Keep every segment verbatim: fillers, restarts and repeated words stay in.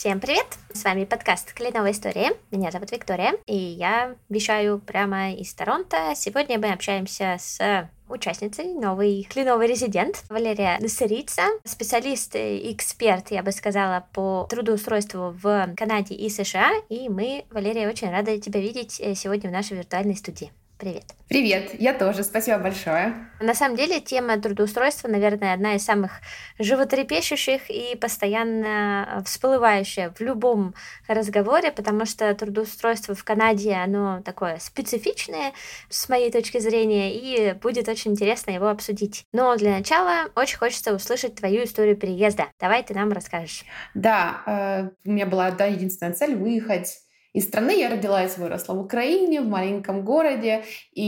Всем привет! С вами подкаст «Кленовая история». Меня зовут Виктория, и я вещаю прямо из Торонто. Сегодня мы общаемся с участницей, новый кленовый резидент Валерия Носырица, специалист и эксперт, я бы сказала, по трудоустройству в Канаде и США. И мы, Валерия, очень рады тебя видеть сегодня в нашей виртуальной студии. Привет. Привет, я тоже, спасибо большое. На самом деле, тема трудоустройства, наверное, одна из самых животрепещущих и постоянно всплывающая в любом разговоре, потому что трудоустройство в Канаде, оно такое специфичное, с моей точки зрения, и будет очень интересно его обсудить. Но для начала очень хочется услышать твою историю переезда. Давай ты нам расскажешь. Да, э, у меня была одна единственная цель — выехать из страны. Я родилась и выросла в Украине, в маленьком городе.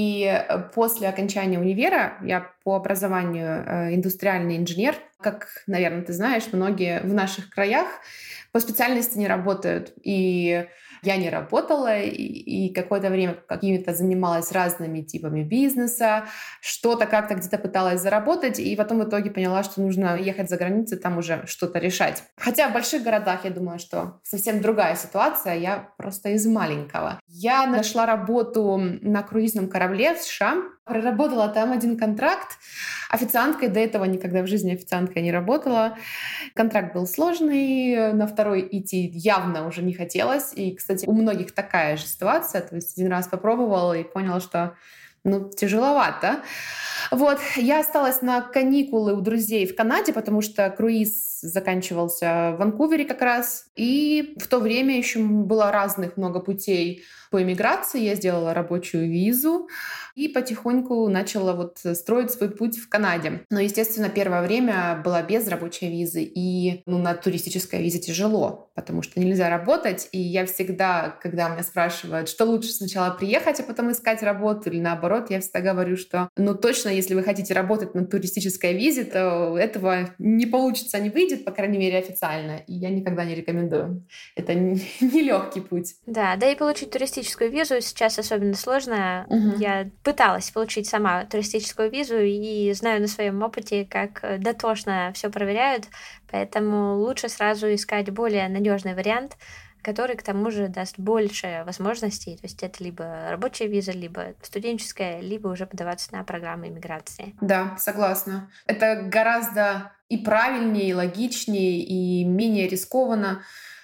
И после окончания универа я по образованию индустриальный инженер. Как, наверное, ты знаешь, многие в наших краях по специальности не работают. И я не работала, и, и какое-то время какими-то занималась разными типами бизнеса, что-то как-то где-то пыталась заработать, и потом в итоге поняла, что нужно ехать за границу, там уже что-то решать. Хотя в больших городах, я думаю, что совсем другая ситуация, я просто из маленького. Я нашла работу на круизном корабле в США, проработала там один контракт официанткой. До этого никогда в жизни официанткой не работала. Контракт был сложный, на второй идти явно уже не хотелось. И, кстати, у многих такая же ситуация. То есть один раз попробовала и поняла, что ну, тяжеловато. Вот, я осталась на каникулы у друзей в Канаде, потому что круиз заканчивался в Ванкувере как раз. И в то время еще было разных много путей по иммиграции. Я сделала рабочую визу и потихоньку начала вот строить свой путь в Канаде. Но, естественно, первое время была без рабочей визы, и ну, на туристической визе тяжело, потому что нельзя работать. И я всегда, когда меня спрашивают, что лучше сначала приехать, а потом искать работу, или наоборот, я всегда говорю, что ну точно, если вы хотите работать на туристической визе, то этого не получится, не выйдет, по крайней мере, официально. И я никогда не рекомендую. Это нелегкий путь. Да, да и получить туристическую визу сейчас особенно сложно. Угу. Я пыталась получить сама туристическую визу и знаю на своем опыте, как дотошно все проверяют, поэтому лучше сразу искать более надежный вариант, который, к тому же, даст больше возможностей. То есть это либо рабочая виза, либо студенческая, либо уже подаваться на программы иммиграции. Да, согласна. Это гораздо и правильнее, и логичнее, и менее рискованно.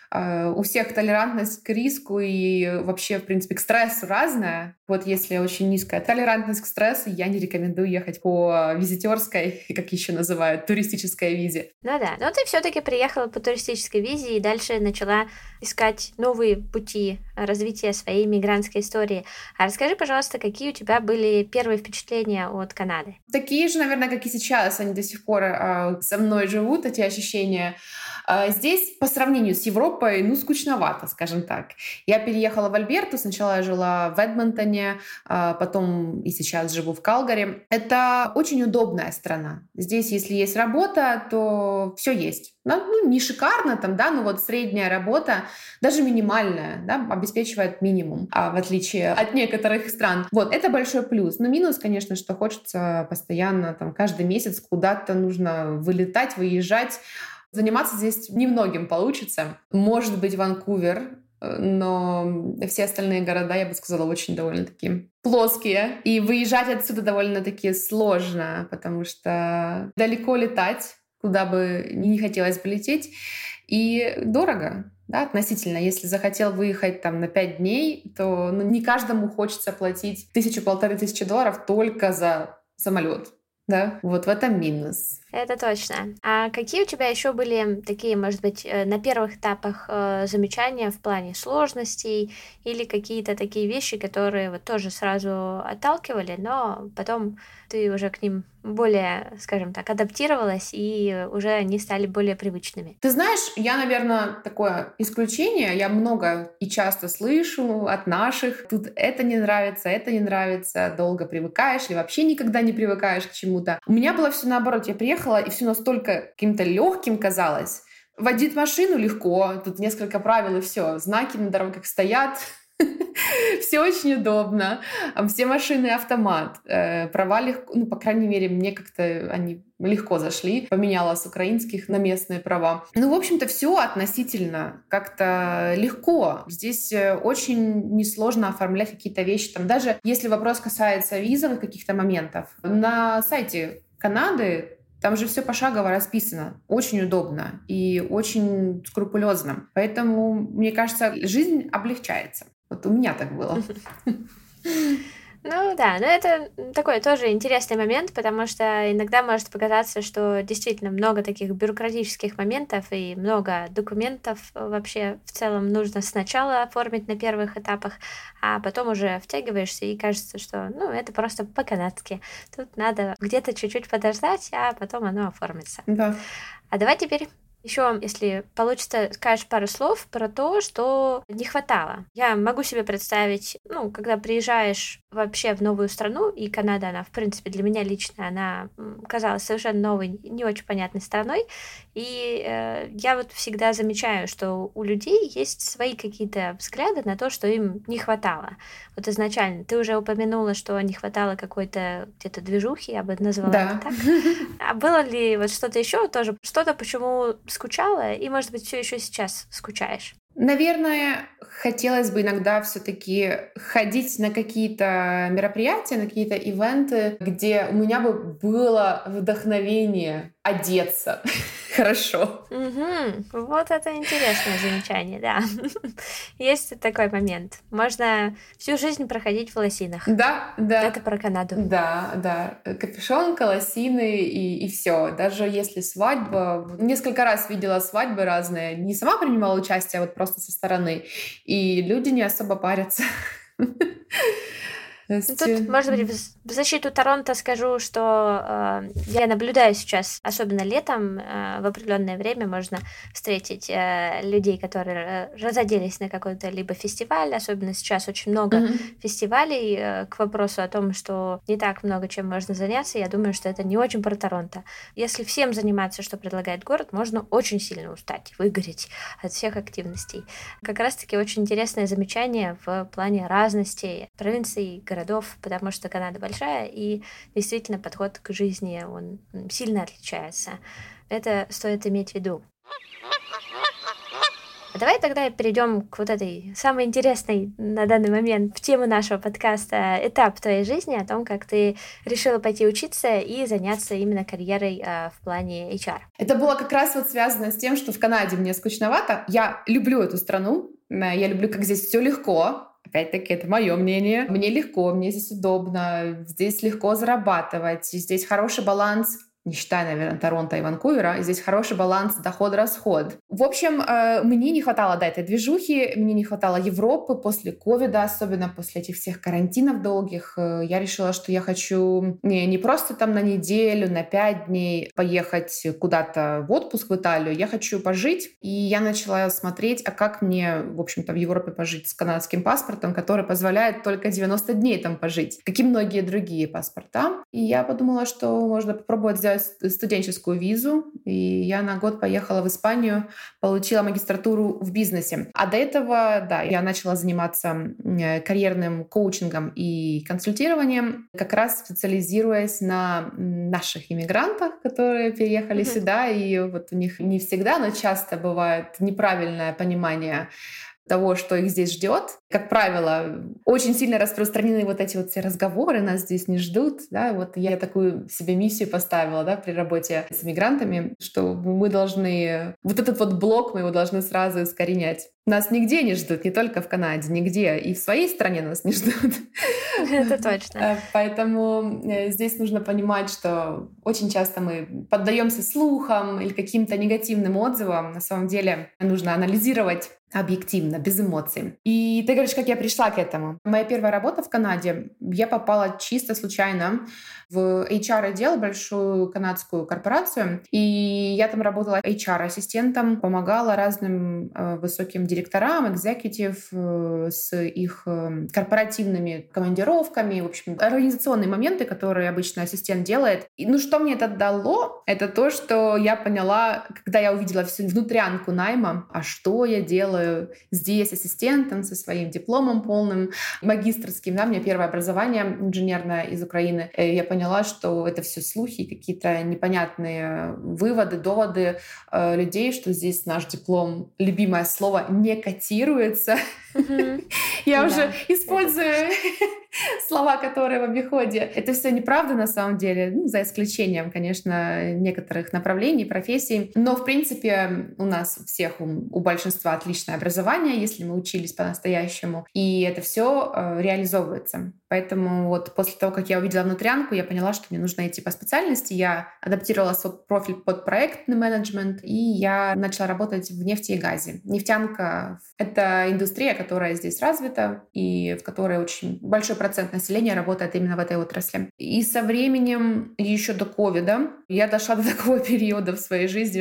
У всех толерантность к риску и вообще, в принципе, к стрессу разная. Вот если очень низкая толерантность к стрессу, я не рекомендую ехать по визитерской, как еще называют, туристической визе. Ну да, но ты все-таки приехала по туристической визе и дальше начала искать новые пути развития своей мигрантской истории. А расскажи, пожалуйста, какие у тебя были первые впечатления от Канады? Такие же, наверное, как и сейчас. Они до сих пор э, со мной живут, эти ощущения. Здесь по сравнению с Европой, ну, скучновато, скажем так. Я переехала в Альберту, сначала я жила в Эдмонтоне, потом и сейчас живу в Калгари. Это очень удобная страна. Здесь, если есть работа, то все есть. Ну, не шикарно там, да, но вот средняя работа, даже минимальная, да, обеспечивает минимум, а в отличие от некоторых стран. Вот, это большой плюс. Но минус, конечно, что хочется постоянно, там, каждый месяц куда-то нужно вылетать, выезжать. Заниматься здесь немногим получится. Может быть, Ванкувер, но все остальные города, я бы сказала, очень довольно-таки плоские. И выезжать отсюда довольно-таки сложно, потому что далеко летать, куда бы не хотелось бы лететь, и дорого. Да, относительно. Если захотел выехать там на пять дней, то ну, не каждому хочется платить тысячу-полторы тысячи долларов только за самолет. Да, вот в этом минус. Это точно. А какие у тебя еще были такие, может быть, на первых этапах замечания в плане сложностей или какие-то такие вещи, которые вот тоже сразу отталкивали, но потом ты уже к ним более, скажем так, адаптировалась и уже они стали более привычными? Ты знаешь, я, наверное, такое исключение. Я много и часто слышу от наших. Тут это не нравится, это не нравится, долго привыкаешь или вообще никогда не привыкаешь к чему-то. У меня было все наоборот. Я приехала, и все настолько каким-то легким казалось. Водить машину легко, тут несколько правил и все. Знаки на дорогах стоят, Все очень удобно, все машины автомат, э, права легко, ну, по крайней мере, мне как-то они легко зашли, поменяла с украинских на местные права. Ну, в общем-то, все относительно как-то легко. Здесь э, очень несложно оформлять какие-то вещи. Там, даже если вопрос касается визовых каких-то моментов, на сайте Канады там же все пошагово расписано. Очень удобно и очень скрупулезно. Поэтому, мне кажется, жизнь облегчается. Вот у меня так было. Ну да, но это такой тоже интересный момент, потому что иногда может показаться, что действительно много таких бюрократических моментов и много документов вообще в целом нужно сначала оформить на первых этапах, а потом уже втягиваешься и кажется, что ну это просто по-канадски. Тут надо где-то чуть-чуть подождать, а потом оно оформится. Да. А давай теперь еще, если получится, скажешь пару слов про то, что не хватало. Я могу себе представить, ну, когда приезжаешь вообще в новую страну, и Канада, она, в принципе, для меня лично, она казалась совершенно новой, не очень понятной страной, и э, я вот всегда замечаю, что у людей есть свои какие-то взгляды на то, что им не хватало. Вот изначально ты уже упомянула, что не хватало какой-то где-то движухи, я бы назвала Да. это так. А было ли вот что-то еще тоже, что-то, почему скучала, и, может быть, все еще сейчас скучаешь? Наверное, хотелось бы иногда все-таки ходить на какие-то мероприятия, на какие-то ивенты, где у меня бы было вдохновение одеться хорошо. Угу. Вот это интересное замечание, да. Есть такой момент. Можно всю жизнь проходить в лосинах. Да, да. Это про Канаду. Да, да. Капюшон, лосины и, и все. Даже если свадьба... Несколько раз видела свадьбы разные. Не сама принимала участие, а вот просто со стороны. И люди не особо парятся. Тут, может быть, в защиту Торонто скажу, что э, я наблюдаю сейчас, особенно летом, э, в определенное время можно встретить э, людей, которые разоделись на какой-то либо фестиваль, особенно сейчас очень много mm-hmm. фестивалей. Э, к вопросу о том, что не так много чем можно заняться, я думаю, что это не очень про Торонто. Если всем заниматься, что предлагает город, можно очень сильно устать, выгореть от всех активностей. Как раз-таки очень интересное замечание в плане разности провинций, городов, потому что Канада большая, и действительно подход к жизни, он сильно отличается. Это стоит иметь в виду. А давай тогда перейдем к вот этой самой интересной на данный момент в тему нашего подкаста этап твоей жизни, о том, как ты решила пойти учиться и заняться именно карьерой э, в плане эйч ар. Это было как раз вот связано с тем, что в Канаде мне скучновато. Я люблю эту страну, я люблю, как здесь все легко. Опять-таки, это мое мнение. Мне легко, мне здесь удобно, здесь легко зарабатывать, здесь хороший баланс, не считая, наверное, Торонто и Ванкувера, здесь хороший баланс доход-расход. В общем, мне не хватало, да, этой движухи, мне не хватало Европы после ковида, особенно после этих всех карантинов долгих. Я решила, что я хочу не, не просто там на неделю, на пять дней поехать куда-то в отпуск в Италию, я хочу пожить, и я начала смотреть, а как мне, в общем-то, в Европе пожить с канадским паспортом, который позволяет только девяносто дней там пожить, как и многие другие паспорта. И я подумала, что можно попробовать взять студенческую визу, и я на год поехала в Испанию, получила магистратуру в бизнесе. А до этого, да, я начала заниматься карьерным коучингом и консультированием, как раз специализируясь на наших иммигрантах, которые переехали mm-hmm. сюда, и вот у них не всегда, но часто бывает неправильное понимание того, что их здесь ждет. Как правило, очень сильно распространены вот эти вот все разговоры, нас здесь не ждут. Да? Вот я такую себе миссию поставила, да, при работе с мигрантами, что мы должны... Вот этот вот блок мы его должны сразу искоренять. Нас нигде не ждут, не только в Канаде, нигде. И в своей стране нас не ждут. Это точно. Поэтому здесь нужно понимать, что очень часто мы поддаемся слухам или каким-то негативным отзывам. На самом деле нужно анализировать объективно, без эмоций. И ты говоришь, как я пришла к этому. Моя первая работа в Канаде, я попала чисто случайно в эйч ар-отдел, большую канадскую корпорацию. И я там работала эйч ар-ассистентом, помогала разным э, высоким директорам, экзекутив э, с их э, корпоративными командировками, в общем, организационные моменты, которые обычно ассистент делает. И, ну, что мне это дало? Это то, что я поняла, когда я увидела всю внутрянку найма, а что я делаю здесь ассистентом со своим своим дипломом полным, магистерским. Да, у меня первое образование инженерное из Украины. И я поняла, что это все слухи, какие-то непонятные выводы, доводы э, людей, что здесь наш диплом, любимое слово, не котируется. Я уже использую слова, которые в обиходе. Это все неправда на самом деле, ну, за исключением, конечно, некоторых направлений, профессий. Но, в принципе, у нас у всех, у, у большинства отличное образование, если мы учились по-настоящему. И это все э, реализовывается. Поэтому вот после того, как я увидела внутрянку, я поняла, что мне нужно идти по специальности. Я адаптировала свой профиль под проектный менеджмент, и я начала работать в нефти и газе. Нефтянка — это индустрия, которая здесь развита, и в которой очень большой процент населения работает именно в этой отрасли. И со временем, еще до ковида, я дошла до такого периода в своей жизни,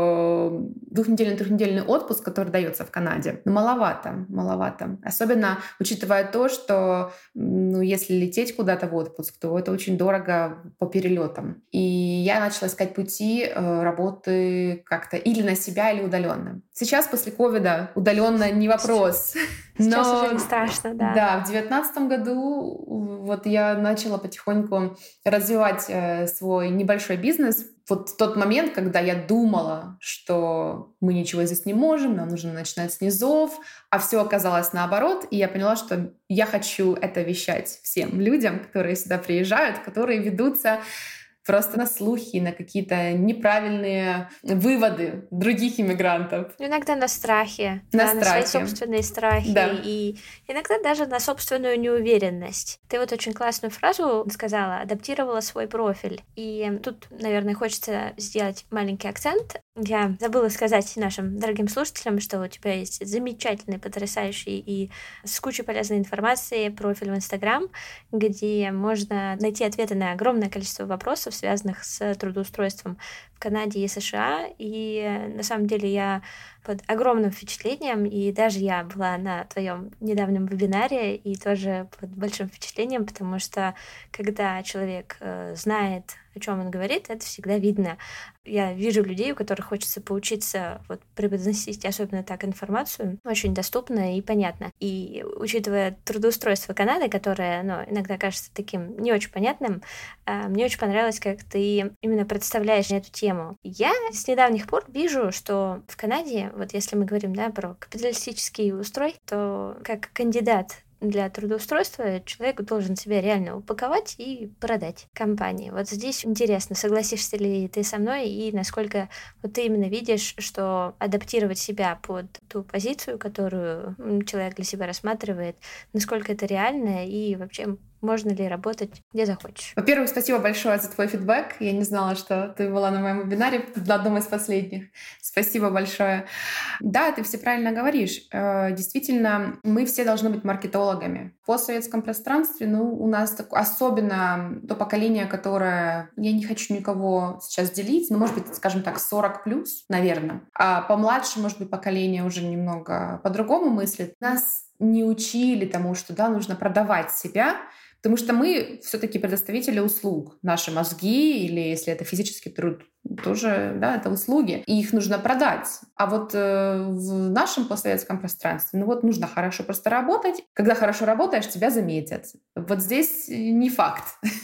что двухнедельный, трехнедельный отпуск, который дается в Канаде, ну, маловато, маловато. Особенно учитывая то, что ну, если лететь куда-то в отпуск, то это очень дорого по перелетам. И я начала искать пути э, работы как-то или на себя, или удаленно. Сейчас после ковида удаленно не вопрос. Сейчас Но, уже не страшно, да. Да, в девятнадцатом году вот я начала потихоньку развивать э, свой небольшой бизнес. Вот в тот момент, когда я думала, что мы ничего здесь не можем, нам нужно начинать с низов, а все оказалось наоборот, и я поняла, что я хочу это вещать всем людям, которые сюда приезжают, которые ведутся просто на слухи, на какие-то неправильные выводы других иммигрантов. Иногда на страхе, на, да, страхе. на свои собственные страхи, да. И иногда даже на собственную неуверенность. Ты вот очень классную фразу сказала, адаптировала свой профиль. И тут, наверное, хочется сделать маленький акцент. Я забыла сказать нашим дорогим слушателям, что у тебя есть замечательный, потрясающий и с кучей полезной информации профиль в Инстаграм, где можно найти ответы на огромное количество вопросов, связанных с трудоустройством в Канаде и США. И на самом деле я под огромным впечатлением, и даже я была на твоем недавнем вебинаре и тоже под большим впечатлением, потому что когда человек э, знает, о чем он говорит, это всегда видно. Я вижу людей, у которых хочется поучиться вот, преподносить, особенно так, информацию, очень доступно и понятно. И учитывая трудоустройство Канады, которое ну, иногда кажется таким не очень понятным, э, мне очень понравилось, как ты именно представляешь эту тему. Я с недавних пор вижу, что в Канаде, вот если мы говорим да, про капиталистический устрой, то как кандидат для трудоустройства человек должен себя реально упаковать и продать компании. Вот здесь интересно, согласишься ли ты со мной и насколько вот ты именно видишь, что адаптировать себя под ту позицию, которую человек для себя рассматривает, насколько это реально и вообще можно ли работать где захочешь. Во-первых, спасибо большое за твой фидбэк. Я не знала, что ты была на моем вебинаре, на одном из последних. Спасибо большое. Да, ты все правильно говоришь. Действительно, мы все должны быть маркетологами. В постсоветском пространстве, ну, у нас так, особенно то поколение, которое, я не хочу никого сейчас делить, но, может быть, скажем так, сорок плюс, наверное. А помладше, может быть, поколение уже немного по-другому мыслит. Нас не учили тому, что, да, нужно продавать себя, потому что мы все-таки предоставители услуг. Наши мозги, или если это физический труд, тоже, да, это услуги, и их нужно продать. А вот э, в нашем постсоветском пространстве, ну вот нужно хорошо просто работать. Когда хорошо работаешь, тебя заметят. Вот здесь не факт.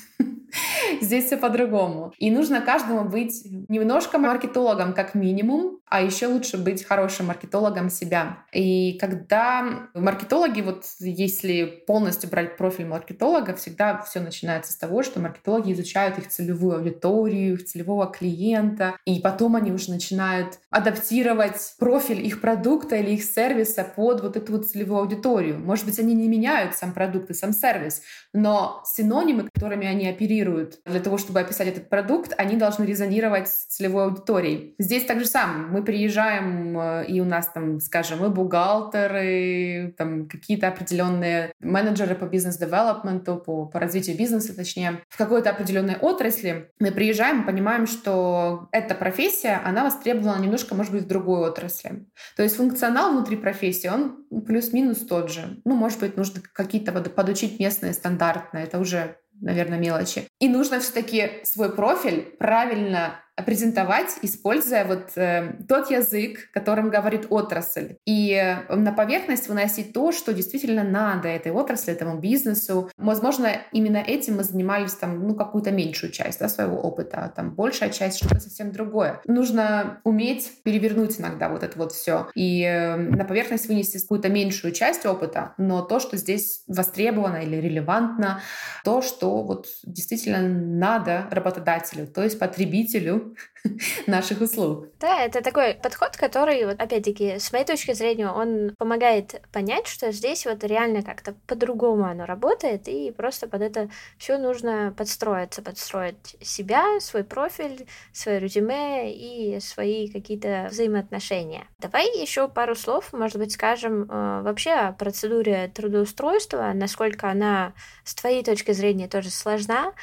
Здесь все по-другому. И нужно каждому быть немножко маркетологом как минимум, а еще лучше быть хорошим маркетологом себя. И когда маркетологи, вот если полностью брать профиль маркетолога, всегда все начинается с того, что маркетологи изучают их целевую аудиторию, их целевого клиента, и потом они уже начинают адаптировать профиль их продукта или их сервиса под вот эту вот целевую аудиторию. Может быть, они не меняют сам продукт и сам сервис, но синонимы, которыми они оперируют для того, чтобы описать этот продукт, они должны резонировать с целевой аудиторией. Здесь так же самое. Мы приезжаем, и у нас там, скажем, и бухгалтеры, там какие-то определенные менеджеры по бизнес-девелопменту, по, по развитию бизнеса, точнее, в какой-то определенной отрасли. Мы приезжаем и понимаем, что эта профессия, она востребована немножко, может быть, в другой отрасли. То есть функционал внутри профессии, он плюс-минус тот же. Ну, может быть, нужно какие-то подучить местные стандартные, это уже, наверное, мелочи. И нужно все-таки свой профиль правильно презентовать, используя вот э, тот язык, которым говорит отрасль. И на поверхность выносить то, что действительно надо этой отрасли, этому бизнесу. Возможно, именно этим мы занимались там, ну, какую-то меньшую часть, да, своего опыта, а там большая часть что-то совсем другое. Нужно уметь перевернуть иногда вот это вот все и э, на поверхность вынести какую-то меньшую часть опыта, но то, что здесь востребовано или релевантно, то, что вот действительно надо работодателю, то есть потребителю наших услуг. Да, это такой подход, который, вот опять-таки, с моей точки зрения, он помогает понять, что здесь вот реально как-то по-другому оно работает, и просто под это все нужно подстроиться, подстроить себя, свой профиль, свое резюме и свои какие-то взаимоотношения. Давай еще пару слов, может быть, скажем вообще о процедуре трудоустройства, насколько она с твоей точки зрения тоже сложна,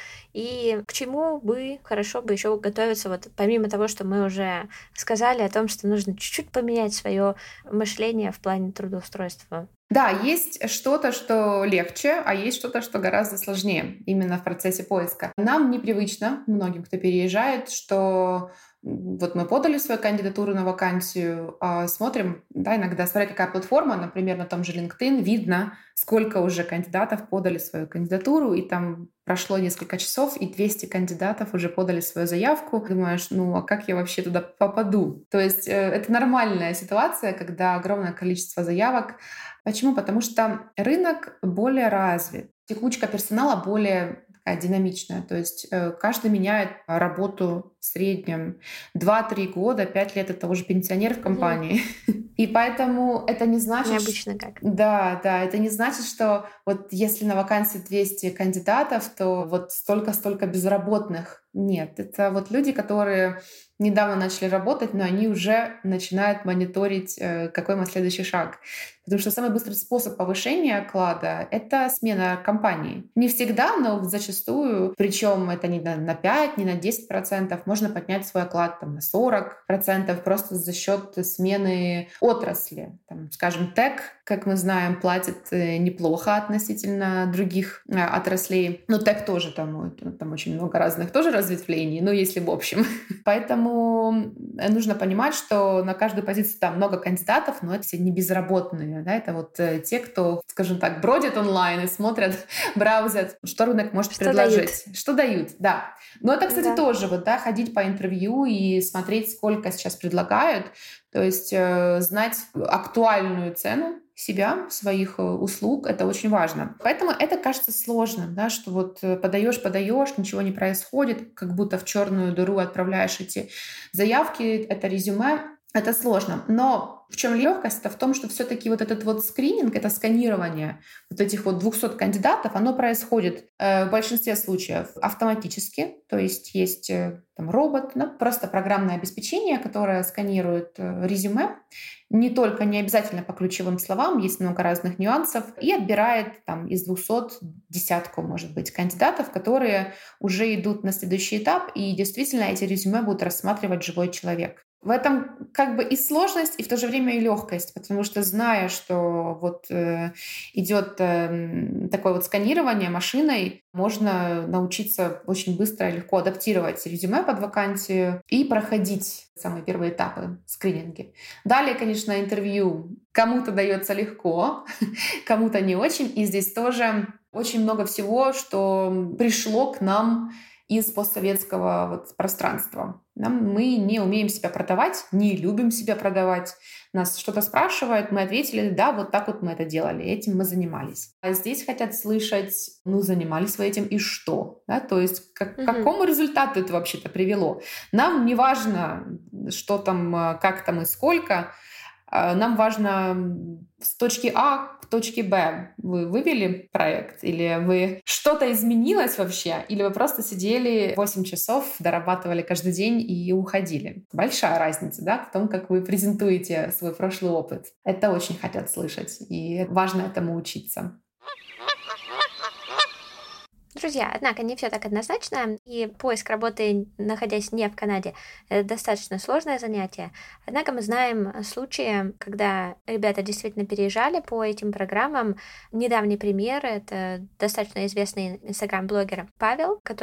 и к чему бы хорошо бы еще готовиться, вот помимо того, что мы уже сказали о том, что нужно чуть-чуть поменять свое мышление в плане трудоустройства. Да, есть что-то, что легче, а есть что-то, что гораздо сложнее именно в процессе поиска. Нам непривычно, многим, кто переезжает, что вот мы подали свою кандидатуру на вакансию, а смотрим, да, иногда, смотря какая платформа, например, на том же LinkedIn, видно, сколько уже кандидатов подали свою кандидатуру, и там прошло несколько часов, и двести кандидатов уже подали свою заявку. Думаешь, ну а как я вообще туда попаду? То есть э, это нормальная ситуация, когда огромное количество заявок. Почему? Потому что рынок более развит, текучка персонала более такая динамичная. То есть э, каждый меняет работу в среднем два-три года, пять лет — это уже пенсионер в компании. Mm-hmm. И поэтому это не значит... Необычно как. Да, да, это не значит, что вот если на вакансии двести кандидатов, то вот столько-столько безработных. Нет, это вот люди, которые недавно начали работать, но они уже начинают мониторить, какой мой следующий шаг. Потому что самый быстрый способ повышения оклада — это смена компании. Не всегда, но зачастую, причем это не на пять, не на десять процентов, можно поднять свой оклад там, на сорок процентов просто за счет смены отрасли. Там, скажем, тег, как мы знаем, платит неплохо относительно других отраслей. Но тег тоже там, там очень много разных тоже разветвлений, но если в общем. Поэтому нужно понимать, что на каждую позицию там много кандидатов, но это все не безработные. Да? Это вот те, кто, скажем так, бродят онлайн и смотрят, браузят, что рынок может что предложить. Дают. Что дают, да. Но это, кстати, да. тоже вот, да, ходить по интервью и смотреть, сколько сейчас предлагают. То есть э, знать актуальную цену себя, своих услуг, это очень важно. Поэтому это кажется сложным, да, что вот подаешь, подаешь, ничего не происходит, как будто в черную дыру отправляешь эти заявки, это резюме. Это сложно. Но в чем легкость? Это в том, что все-таки вот этот вот скрининг, это сканирование вот этих вот двухсот кандидатов, оно происходит э, в большинстве случаев автоматически. То есть есть э, там робот, да, просто программное обеспечение, которое сканирует э, резюме. Не только, не обязательно по ключевым словам, есть много разных нюансов. И отбирает там из двухсот десятку, может быть, кандидатов, которые уже идут на следующий этап. И действительно эти резюме будут рассматривать живой человек. В этом как бы и сложность, и в то же время и легкость, потому что зная, что вот э, идет э, такое вот сканирование машиной, можно научиться очень быстро и легко адаптировать резюме под вакансию и проходить самые первые этапы скрининги. Далее, конечно, интервью кому-то дается легко, кому-то не очень, и здесь тоже очень много всего, что пришло к нам из постсоветского вот пространства. Нам, мы не умеем себя продавать, не любим себя продавать. Нас что-то спрашивают, мы ответили, да, вот так вот мы это делали, этим мы занимались. А здесь хотят слышать, ну, занимались вы этим и что? Да? То есть к угу. какому результату это вообще-то привело? Нам не важно, что там, как там и сколько. Нам важно с точки А к точке Б. Вы вывели проект? Или вы что-то изменилось вообще? Или вы просто сидели восемь часов, дорабатывали каждый день и уходили? Большая разница, да, в том, как вы презентуете свой прошлый опыт. Это очень хотят слышать, и важно этому учиться. Друзья, однако не все так однозначно, и поиск работы, находясь не в Канаде, это достаточно сложное занятие. Однако мы знаем случаи, когда ребята действительно переезжали по этим программам. Недавний пример — это достаточно известный инстаграм-блогер Павел, который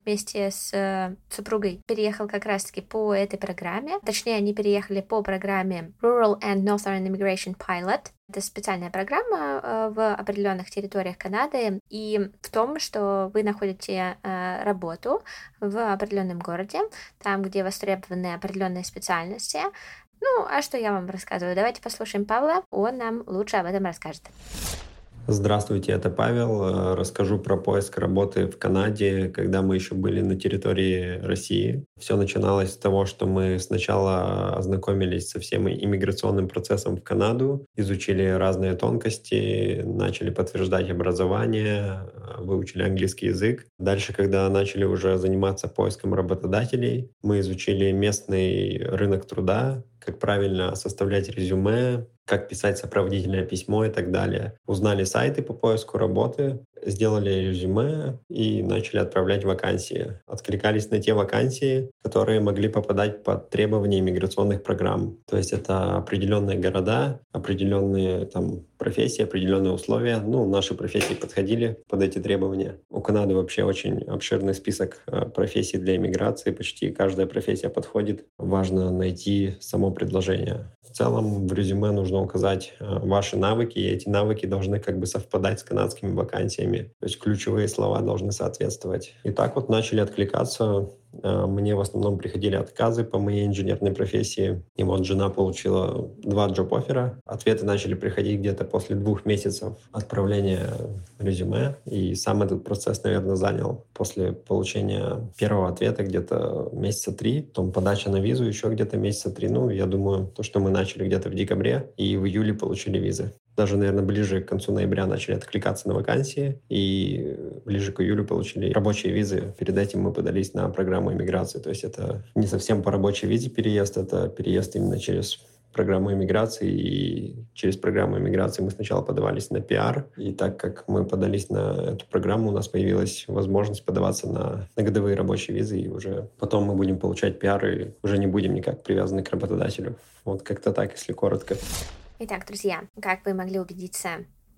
вместе с э, супругой переехал как раз-таки по этой программе. Точнее, они переехали по программе Rural and Northern Immigration Pilot. Это специальная программа э, в определенных территориях Канады. И в том, что вы находите э, работу в определенном городе, там, где востребованы определенные специальности. Ну, а что я вам рассказываю? Давайте послушаем Павла, он нам лучше об этом расскажет. Здравствуйте, это Павел. Расскажу про поиск работы в Канаде, когда мы еще были на территории России. Все начиналось с того, что мы сначала ознакомились со всем иммиграционным процессом в Канаду, изучили разные тонкости, начали подтверждать образование, выучили английский язык. Дальше, когда начали уже заниматься поиском работодателей, мы изучили местный рынок труда, как правильно составлять резюме, как писать сопроводительное письмо и так далее. Узнали сайты по поиску работы, сделали резюме и начали отправлять вакансии. Откликались на те вакансии, которые могли попадать под требования иммиграционных программ. То есть это определенные города, определенные там профессии, определенные условия. Ну, наши профессии подходили под эти требования. У Канады вообще очень обширный список профессий для иммиграции. Почти каждая профессия подходит. Важно найти само предложение. В целом в резюме нужно указать ваши навыки, и эти навыки должны как бы совпадать с канадскими вакансиями. То есть ключевые слова должны соответствовать. И так вот начали откликаться. Мне в основном приходили отказы по моей инженерной профессии. И вот жена получила два джоб-оффера. Ответы начали приходить где-то после двух месяцев отправления резюме. И сам этот процесс, наверное, занял после получения первого ответа где-то месяца три. Потом подача на визу еще где-то месяца три. Ну, я думаю, то, что мы начали где-то в декабре, и в июле получили визы. Даже, наверное, ближе к концу ноября начали откликаться на вакансии, и ближе к июлю получили рабочие визы. Перед этим мы подались на программу иммиграции. То есть это не совсем по рабочей визе переезд, это переезд именно через программу иммиграции. И через программу иммиграции мы сначала подавались на пиар. И так как мы подались на эту программу, у нас появилась возможность подаваться на, на годовые рабочие визы. И уже потом мы будем получать пиар, и уже не будем никак привязаны к работодателю. Вот как-то так, если коротко. Итак, друзья, как вы могли убедиться,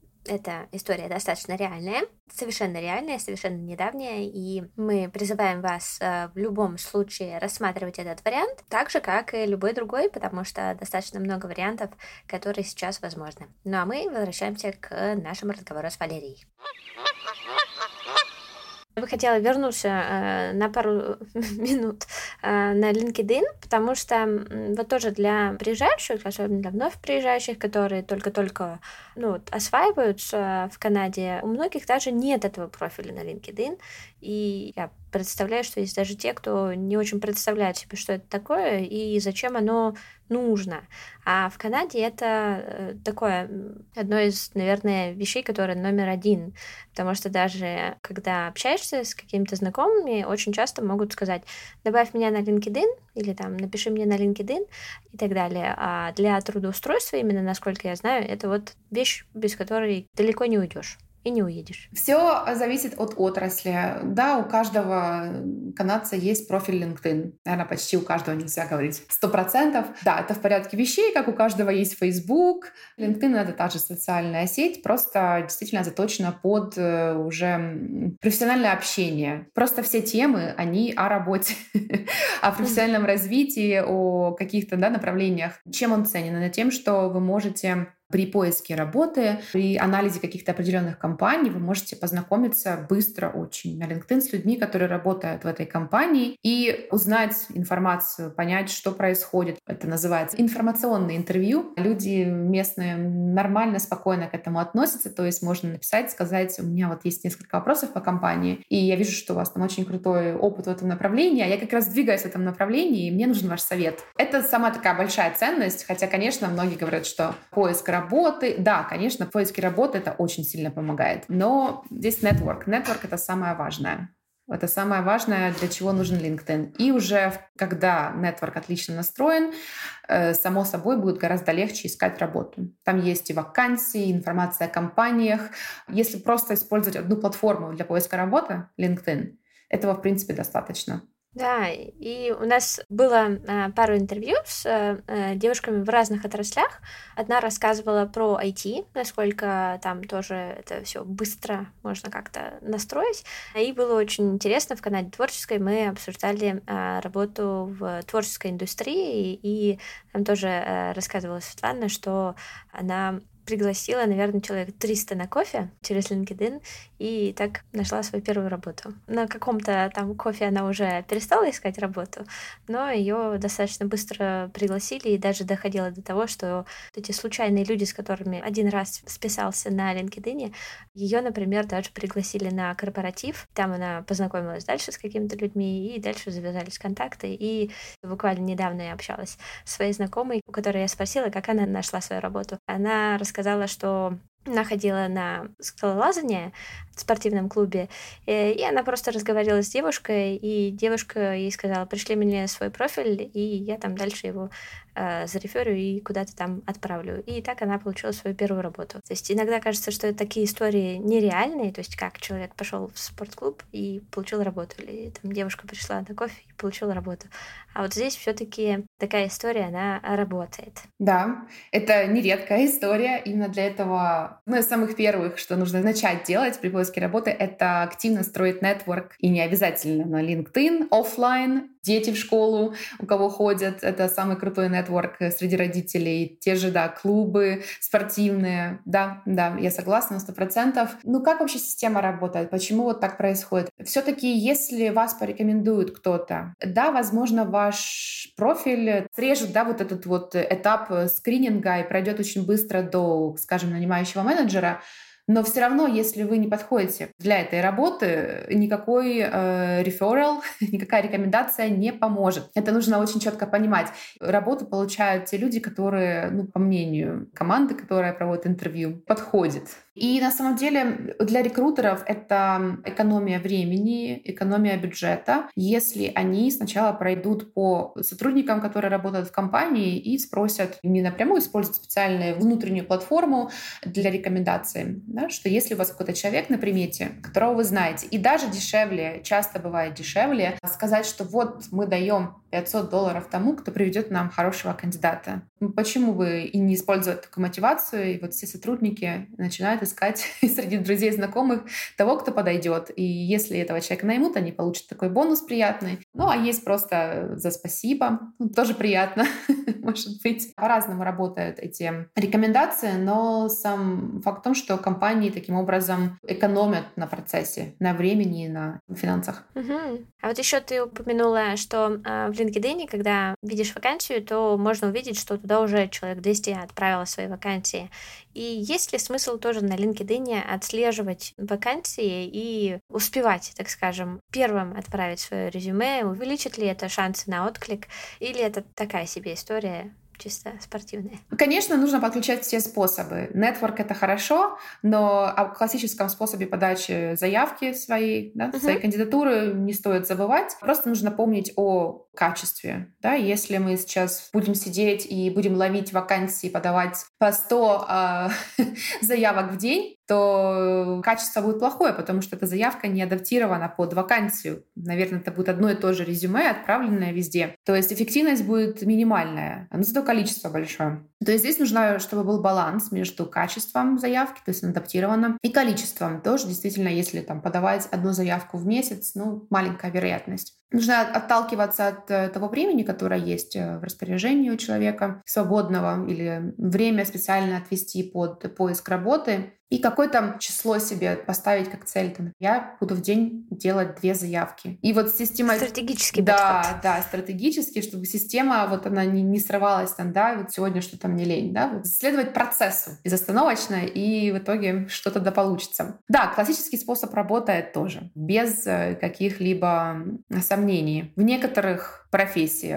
эта история достаточно реальная, совершенно реальная, совершенно недавняя, и мы призываем вас в любом случае рассматривать этот вариант, так же, как и любой другой, потому что достаточно много вариантов, которые сейчас возможны. Ну а мы возвращаемся к нашему разговору с Валерией. Я бы хотела вернуться э, на пару минут э, на LinkedIn, потому что э, вот тоже для приезжающих, особенно для вновь приезжающих, которые только-только ну, вот, осваиваются в Канаде, у многих даже нет этого профиля на LinkedIn, и я представляю, что есть даже те, кто не очень представляет себе, что это такое и зачем оно нужно. А в Канаде это такое одно из, наверное, вещей, которые номер один. Потому что даже когда общаешься с какими-то знакомыми, очень часто могут сказать: добавь меня на LinkedIn или там напиши мне на LinkedIn и так далее. А для трудоустройства, именно насколько я знаю, это вот вещь, без которой далеко не уйдешь. И не уедешь. Все зависит от отрасли. Да, у каждого канадца есть профиль LinkedIn. Наверное, почти у каждого, нельзя говорить сто процентов. Да, это в порядке вещей, как у каждого есть Facebook. LinkedIn — это та же социальная сеть, просто действительно заточена под уже профессиональное общение. Просто все темы, они о работе, о профессиональном развитии, о каких-то да, направлениях. Чем он ценен? Это тем, что вы можете при поиске работы, при анализе каких-то определенных компаний вы можете познакомиться быстро очень на LinkedIn с людьми, которые работают в этой компании, и узнать информацию, понять, что происходит. Это называется информационное интервью. Люди местные нормально, спокойно к этому относятся, то есть можно написать, сказать: у меня вот есть несколько вопросов по компании, и я вижу, что у вас там очень крутой опыт в этом направлении, а я как раз двигаюсь в этом направлении, и мне нужен ваш совет. Это сама такая большая ценность, хотя, конечно, многие говорят, что поиск работы работы. Да, конечно, в поиске работы это очень сильно помогает. Но здесь network. Network — это самое важное. Это самое важное, для чего нужен LinkedIn. И уже когда network отлично настроен, само собой будет гораздо легче искать работу. Там есть и вакансии, информация о компаниях. Если просто использовать одну платформу для поиска работы, LinkedIn, этого, в принципе, достаточно. Да, и у нас было а, пару интервью с а, девушками в разных отраслях. Одна рассказывала про ай ти, насколько там тоже это все быстро можно как-то настроить. И было очень интересно в Канаде творческой. Мы обсуждали а, работу в творческой индустрии, и там тоже а, рассказывала Светлана, что она пригласила, наверное, человек триста на кофе через LinkedIn и так нашла свою первую работу. На каком-то там кофе она уже перестала искать работу, но ее достаточно быстро пригласили, и даже доходило до того, что вот эти случайные люди, с которыми один раз списался на LinkedIn, ее, например, даже пригласили на корпоратив. Там она познакомилась дальше с какими-то людьми, и дальше завязались контакты. И буквально недавно я общалась с своей знакомой, у которой я спросила, как она нашла свою работу. Она рассказала, что она ходила на скалолазание в спортивном клубе, и и она просто разговаривала с девушкой, и девушка ей сказала: пришли мне свой профиль, и я там дальше его э, зареферю и куда-то там отправлю. И так она получила свою первую работу. То есть иногда кажется, что такие истории нереальные, то есть как человек пошел в спортклуб и получил работу, или там девушка пришла на кофе и получила работу. А вот здесь все-таки такая история, она работает. Да, это нередкая история. Именно для этого одно из самых первых, что нужно начать делать при поиске работы, это активно строить нетворк. И не обязательно на LinkedIn, оффлайн, дети в школу, у кого ходят. Это самый крутой нетворк среди родителей. Те же, да, клубы спортивные. Да, да, я согласна на сто процентов. Ну, как вообще система работает? Почему вот так происходит? Все-таки, если вас порекомендует кто-то, да, возможно, ваш профиль срежет, да, вот этот вот этап скрининга и пройдет очень быстро до, скажем, нанимающего менеджера. Но все равно, если вы не подходите для этой работы, никакой э, referral, никакая рекомендация не поможет. Это нужно очень четко понимать. Работу получают те люди, которые, ну, по мнению команды, которая проводит интервью, подходят. И на самом деле для рекрутеров это экономия времени, экономия бюджета, если они сначала пройдут по сотрудникам, которые работают в компании, и спросят, не напрямую использовать специальную внутреннюю платформу для рекомендаций, да, что если у вас какой-то человек на примете, которого вы знаете, и даже дешевле, часто бывает дешевле, сказать, что вот мы даем пятьсот долларов тому, кто приведет нам хорошего кандидата. Почему бы и не использовать такую мотивацию? И вот все сотрудники начинают искать среди друзей, знакомых того, кто подойдет. И если этого человека наймут, они получат такой бонус приятный. Ну, а есть просто за спасибо. Ну, тоже приятно, может быть. По-разному работают эти рекомендации, но сам факт в том, что компании таким образом экономят на процессе, на времени и на финансах. Угу. А вот еще ты упомянула, что э, в LinkedIn, когда видишь вакансию, то можно увидеть, что туда уже человек двести отправило свои вакансии. И есть ли смысл тоже на LinkedIn отслеживать вакансии и успевать, так скажем, первым отправить свое резюме? Увеличит ли это шансы на отклик? Или это такая себе история? Чисто спортивные? Конечно, нужно подключать все способы. Нетворк — это хорошо, но о классическом способе подачи заявки своей, да, uh-huh. своей кандидатуры не стоит забывать. Просто нужно помнить о качестве. Да? Если мы сейчас будем сидеть и будем ловить вакансии, подавать по сто э, заявок в день, то качество будет плохое, потому что эта заявка не адаптирована под вакансию. Наверное, это будет одно и то же резюме, отправленное везде. То есть эффективность будет минимальная, но зато количество большое. То есть здесь нужно, чтобы был баланс между качеством заявки, то есть адаптированным, и количеством. Тоже действительно, если там подавать одну заявку в месяц, ну, маленькая вероятность. Нужно отталкиваться от того времени, которое есть в распоряжении у человека, свободного, или время специально отвести под поиск работы, и какое-то число себе поставить как цель. Я буду в день делать две заявки. И вот система... Стратегический да, подход. Да, стратегически, чтобы система, вот она не, не срывалась там, да, вот сегодня что-то мне лень, да, вот следовать процессу безостановочно, и в итоге что-то да получится. Да, классический способ работает тоже, без каких-либо сомнений. В некоторых профессиях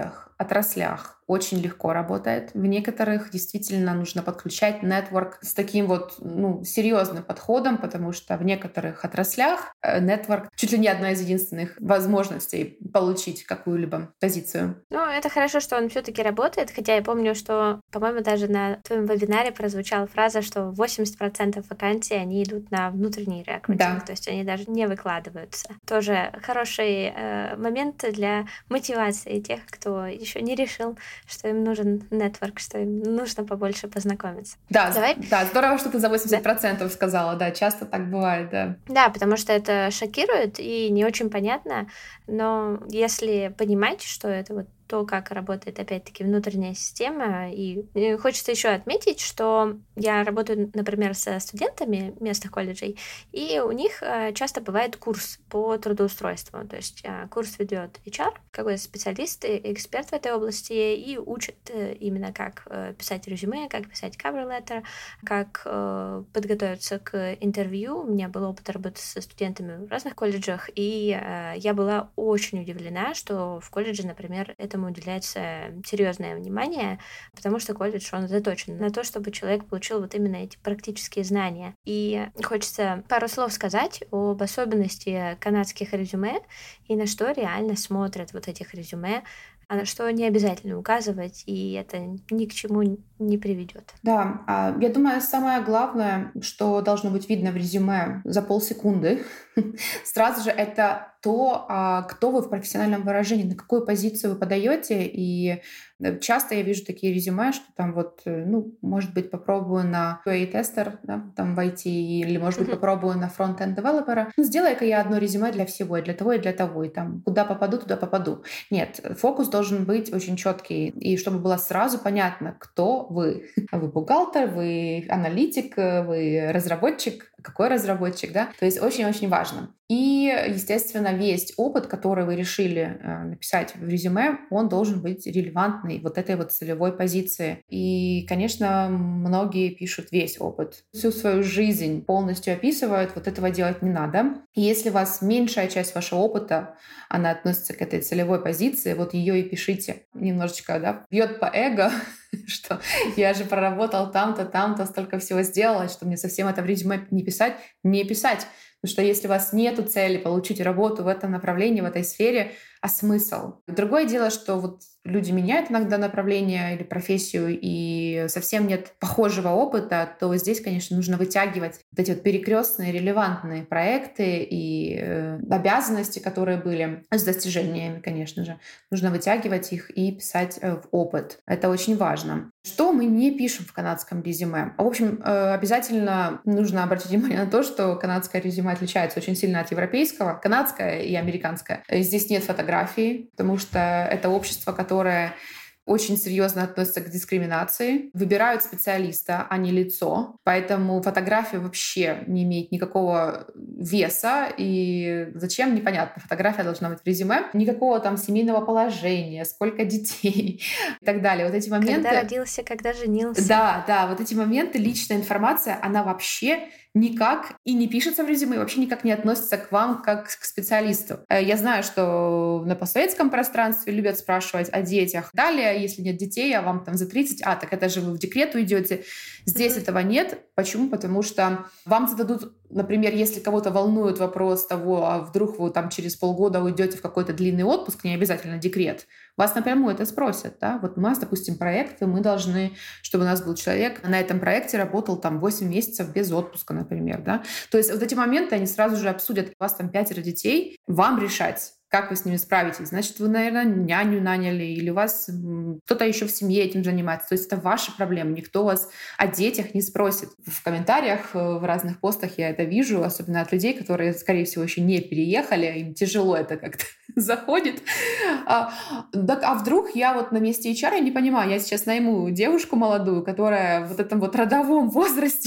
отраслях очень легко работает. В некоторых действительно нужно подключать нетворк с таким вот ну, серьезным подходом, потому что в некоторых отраслях нетворк чуть ли не одна из единственных возможностей получить какую-либо позицию. Ну, это хорошо, что он все-таки работает, хотя я помню, что, по-моему, даже на твоем вебинаре прозвучала фраза, что восемьдесят процентов вакансий, они идут на внутренний рекрутинг, Да. то есть они даже не выкладываются. Тоже хороший э, момент для мотивации тех, кто еще не решил, что им нужен нетворк, что им нужно побольше познакомиться. Да, Давай. да, здорово, что ты за восемьдесят процентов да. сказала, да, часто так бывает, да. Да, потому что это шокирует и не очень понятно, но если понимать, что это вот то, как работает, опять-таки, внутренняя система. И, и хочется еще отметить, что я работаю, например, со студентами местных колледжей, и у них э, часто бывает курс по трудоустройству. То есть э, курс ведет эйч ар, какой-то специалист, эксперт в этой области, и учит э, именно, как э, писать резюме, как писать cover letter, как э, подготовиться к интервью. У меня был опыт работы со студентами в разных колледжах, и э, я была очень удивлена, что в колледже, например, это этому уделяется серьезное внимание, потому что колледж, он заточен на то, чтобы человек получил вот именно эти практические знания. И хочется пару слов сказать об особенности канадских резюме и на что реально смотрят вот этих резюме, а на что не обязательно указывать, и это ни к чему не приведет. Да, я думаю, самое главное, что должно быть видно в резюме за полсекунды, сразу же это то, кто вы в профессиональном выражении, на какую позицию вы подаете. И часто я вижу такие резюме, что там вот, ну, может быть, попробую на ку эй-тестер, да, там в ай ти, или, может быть, попробую на фронт-энд-девелопера. Ну, сделай-ка я одно резюме для всего, и для того, и для того, и там куда попаду, туда попаду. Нет, фокус должен быть очень четкий, и чтобы было сразу понятно, кто вы. Вы бухгалтер, вы аналитик, вы разработчик, какой разработчик, да? То есть очень-очень важно. И, естественно, весь опыт, который вы решили э, написать в резюме, он должен быть релевантный вот этой вот целевой позиции. И, конечно, многие пишут весь опыт. Всю свою жизнь полностью описывают, вот этого делать не надо. И если у вас меньшая часть вашего опыта, она относится к этой целевой позиции, вот ее и пишите. Немножечко, да, бьет по эго, что я же проработал там-то, там-то, столько всего сделала, что мне совсем это в резюме не писать, не писать. Потому что если у вас нет цели получить работу в этом направлении, в этой сфере, а смысл? Другое дело, что вот люди меняют иногда направление или профессию, и совсем нет похожего опыта, то здесь, конечно, нужно вытягивать вот эти вот перекрестные, релевантные проекты и э, обязанности, которые были с достижениями, конечно же. Нужно вытягивать их и писать э, в опыт. Это очень важно. Что мы не пишем в канадском резюме? В общем, э, обязательно нужно обратить внимание на то, что канадское резюме отличается очень сильно от европейского, канадское и американское. Здесь нет фотографий, потому что это общество, которое очень серьезно относятся к дискриминации, выбирают специалиста, а не лицо. Поэтому фотография вообще не имеет никакого веса. И зачем, непонятно. Фотография должна быть в резюме. Никакого там семейного положения, сколько детей и так далее. Вот эти моменты... Когда родился, когда женился. Да, да, вот эти моменты, личная информация, она вообще никак и не пишется в резюме, вообще никак не относится к вам как к специалисту. Я знаю, что на постсоветском пространстве любят спрашивать о детях. Далее, если нет детей, а вам там за тридцать, а, так это же вы в декрет уйдете. Здесь mm-hmm. этого нет. Почему? Потому что вам зададут, например, если кого-то волнует вопрос того, а вдруг вы там через полгода уйдете в какой-то длинный отпуск, не обязательно декрет, вас напрямую это спросят. Да? Вот у нас, допустим, проект, и мы должны, чтобы у нас был человек, на этом проекте работал там восемь месяцев без отпуска, например. Да? То есть вот эти моменты, они сразу же обсудят. У вас там пятеро детей, вам решать, как вы с ними справитесь. Значит, вы, наверное, няню наняли, или у вас кто-то еще в семье этим занимается. То есть это ваша проблема. Никто вас о детях не спросит. В комментариях, в разных постах я это вижу, особенно от людей, которые, скорее всего, еще не переехали, им тяжело это как-то заходит. А, так, а вдруг я вот на месте эйч ар, я не понимаю, я сейчас найму девушку молодую, которая в вот этом вот родовом возрасте,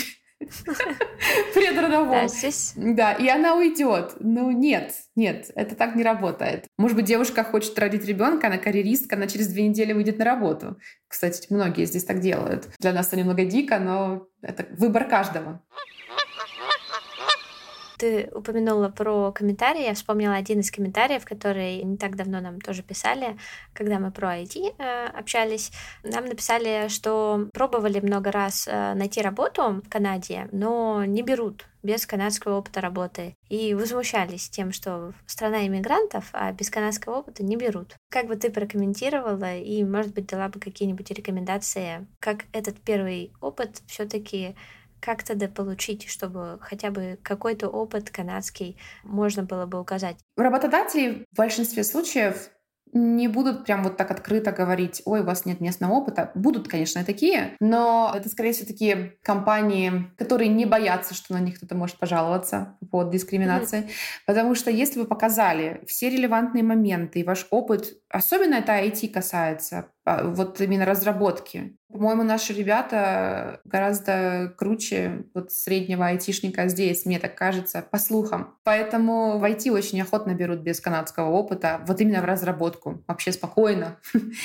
предродовом. Да, здесь... да, и она уйдет. Ну нет, нет, это так не работает. Может быть, девушка хочет родить ребенка, она карьеристка, она через две недели выйдет на работу. Кстати, многие здесь так делают. Для нас это немного дико, но это выбор каждого. Ты упомянула про комментарии. Я вспомнила один из комментариев, который не так давно нам тоже писали, когда мы про ай ти э, общались. Нам написали, что пробовали много раз э, найти работу в Канаде, но не берут без канадского опыта работы. И возмущались тем, что страна иммигрантов, а без канадского опыта не берут. Как бы ты прокомментировала и, может быть, дала бы какие-нибудь рекомендации, как этот первый опыт все-таки как-то дополучить, чтобы хотя бы какой-то опыт канадский можно было бы указать? Работодатели в большинстве случаев не будут прям вот так открыто говорить: ой, у вас нет местного опыта. Будут, конечно, и такие, но это, скорее всего, такие компании, которые не боятся, что на них кто-то может пожаловаться по поводу дискриминации. Mm-hmm. Потому что если вы показали все релевантные моменты и ваш опыт, особенно это ай ти касается, вот именно разработки. По-моему, наши ребята гораздо круче вот среднего айтишника здесь, мне так кажется, по слухам. Поэтому в ай ти очень охотно берут без канадского опыта, вот именно в разработку, вообще спокойно.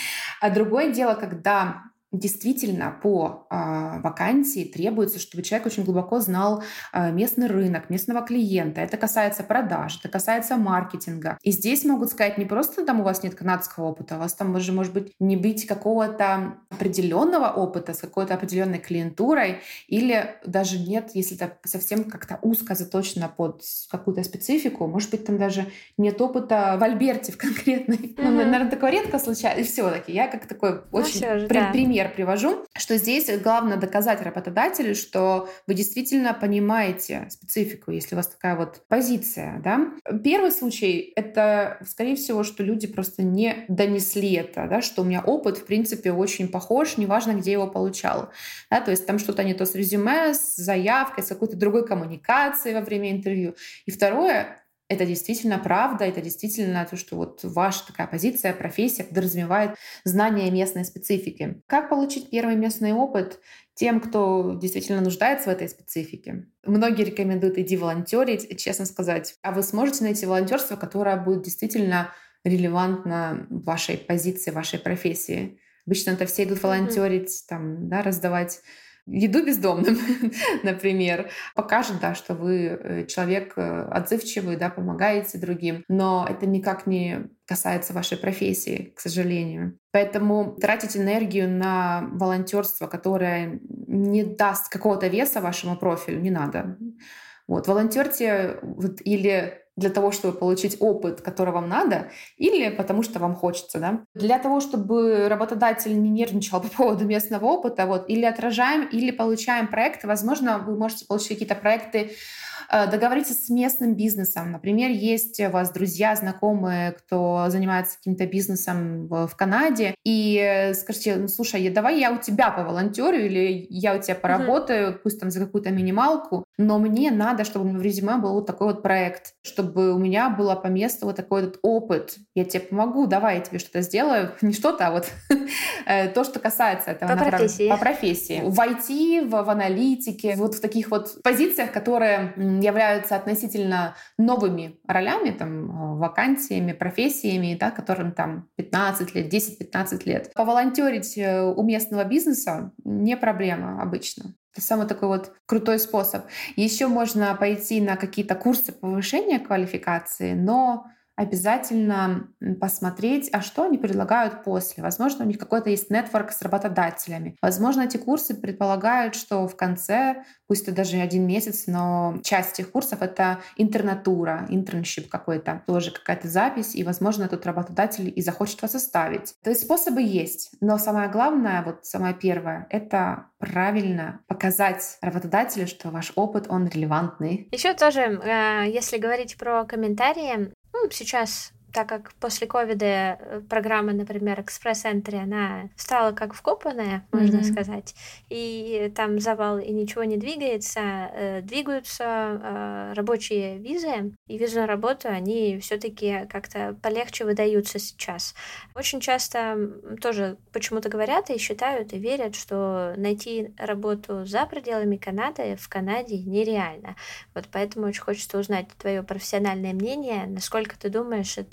А другое дело, когда действительно по э, вакансии требуется, чтобы человек очень глубоко знал э, местный рынок, местного клиента. Это касается продаж, это касается маркетинга. И здесь могут сказать не просто там у вас нет канадского опыта, у вас там уже может быть не быть какого-то определенного опыта с какой-то определенной клиентурой, или даже нет, если это совсем как-то узко заточено под какую-то специфику, может быть там даже нет опыта в Альберте в конкретной. Mm-hmm. Ну, наверное, такое редко случается. И все-таки я как такой очень ну, же, при- да. пример привожу, что здесь главное доказать работодателю, что вы действительно понимаете специфику, если у вас такая вот позиция. Да? Первый случай — это, скорее всего, что люди просто не донесли это, да, что у меня опыт, в принципе, очень похож, неважно, где его получал. Да? То есть там что-то не то с резюме, с заявкой, с какой-то другой коммуникацией во время интервью. И второе — это действительно правда, это действительно то, что вот ваша такая позиция, профессия подразумевает знание местной специфики. Как получить первый местный опыт тем, кто действительно нуждается в этой специфике? Многие рекомендуют: иди волонтерить, честно сказать. А вы сможете найти волонтерство, которое будет действительно релевантно вашей позиции, вашей профессии? Обычно это все идут волонтерить, mm-hmm. там, да, раздавать еду бездомным, например, покажет, да, что вы человек отзывчивый, да, помогаете другим, но это никак не касается вашей профессии, к сожалению. Поэтому тратить энергию на волонтерство, которое не даст какого-то веса вашему профилю, не надо. Вот, волонтерьте вот, или для того, чтобы получить опыт, который вам надо, или потому что вам хочется. Да? Для того, чтобы работодатель не нервничал по поводу местного опыта, вот, или отражаем, или получаем проекты. Возможно, вы можете получить какие-то проекты, договориться с местным бизнесом. Например, есть у вас друзья, знакомые, кто занимается каким-то бизнесом в, в Канаде, и скажите: ну, слушай, давай я у тебя поволонтерю, или я у тебя поработаю, mm-hmm. пусть там за какую-то минималку, но мне надо, чтобы в резюме был вот такой вот проект, чтобы у меня было по месту вот такой вот опыт. Я тебе помогу, давай я тебе что-то сделаю. Не что-то, а вот то, что касается этого. По профессии. По профессии. В ай ти, в, в аналитике, вот в таких вот позициях, которые являются относительно новыми ролями, там, вакансиями, профессиями, да, которым там пятнадцать лет, десять-пятнадцать лет. Поволонтерить у местного бизнеса не проблема обычно. Это самый такой вот крутой способ. Еще можно пойти на какие-то курсы повышения квалификации, но обязательно посмотреть, а что они предлагают после. Возможно, у них какой-то есть нетворк с работодателями. Возможно, эти курсы предполагают, что в конце, пусть это даже один месяц, но часть этих курсов — это интернатура, интерншип какой-то, тоже какая-то запись, и, возможно, тут работодатель и захочет вас оставить. То есть способы есть, но самое главное, вот самое первое — это правильно показать работодателю, что ваш опыт, он релевантный. Еще тоже, если говорить про комментарии, ну, сейчас, так как после ковида программа, например, экспресс-энтри, она стала как вкопанная, можно mm-hmm. сказать, и там завал, и ничего не двигается, э, двигаются э, рабочие визы, и визы на работу, они все-таки как-то полегче выдаются сейчас. Очень часто тоже почему-то говорят и считают, и верят, что найти работу за пределами Канады в Канаде нереально. Вот поэтому очень хочется узнать твое профессиональное мнение, насколько ты думаешь, это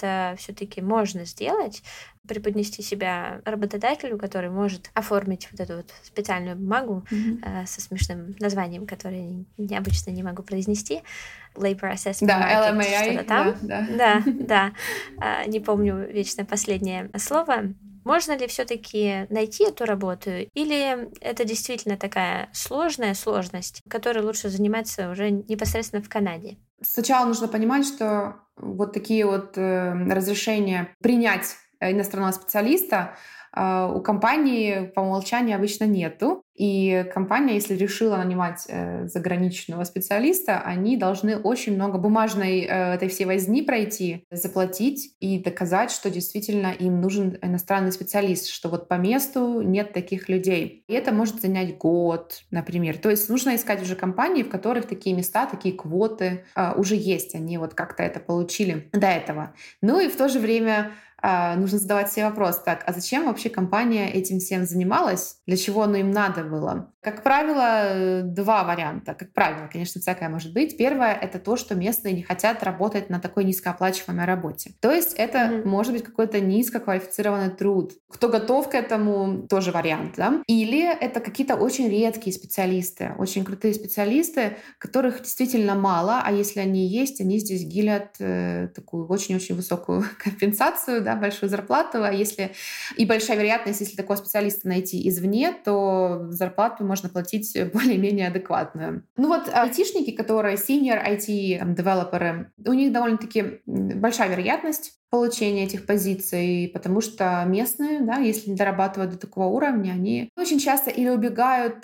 это все-таки можно сделать, преподнести себя работодателю, который может оформить вот эту вот специальную бумагу Mm-hmm. э, со смешным названием, которое я обычно не могу произнести. Labor Assessment Да, Market, эл эм эй ай, что-то там. да, Да, да. Э, не помню вечно последнее слово. Можно ли все-таки найти эту работу, или это действительно такая сложная сложность, которой лучше заниматься уже непосредственно в Канаде? Сначала нужно понимать, что вот такие вот э, разрешения принять иностранного специалиста э, у компании по умолчанию обычно нету. И компания, если решила нанимать э, заграничного специалиста, они должны очень много бумажной э, этой всей возни пройти, заплатить и доказать, что действительно им нужен иностранный специалист, что вот по месту нет таких людей. И это может занять год, например. То есть нужно искать уже компании, в которых такие места, такие квоты э, уже есть. Они вот как-то это получили до этого. Ну и в то же время Uh, нужно задавать себе вопрос, так, а зачем вообще компания этим всем занималась? Для чего оно им надо было? Как правило, два варианта. Как правило, конечно, всякое может быть. Первое — это то, что местные не хотят работать на такой низкооплачиваемой работе. То есть это mm-hmm. может быть какой-то низкоквалифицированный труд. Кто готов к этому, тоже вариант. Да? Или это какие-то очень редкие специалисты, очень крутые специалисты, которых действительно мало, а если они есть, они здесь гилят э, такую очень-очень высокую компенсацию, да, большую зарплату, а если и большая вероятность, если такого специалиста найти извне, то зарплату можно платить более-менее адекватную. Ну вот айтишники, которые senior ай ти-девелоперы, у них довольно-таки большая вероятность получения этих позиций, потому что местные, да, если не дорабатывают до такого уровня, они очень часто или убегают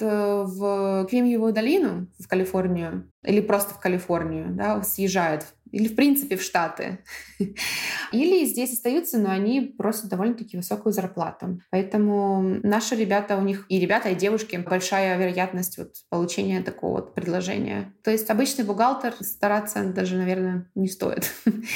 в Кремниевую долину, в Калифорнию, или просто в Калифорнию, да, съезжают, или в принципе в Штаты. Или здесь остаются, но они просят довольно-таки высокую зарплату. Поэтому наши ребята, у них и ребята, и девушки, большая вероятность вот получения такого вот предложения. То есть обычный бухгалтер стараться даже, наверное, не стоит.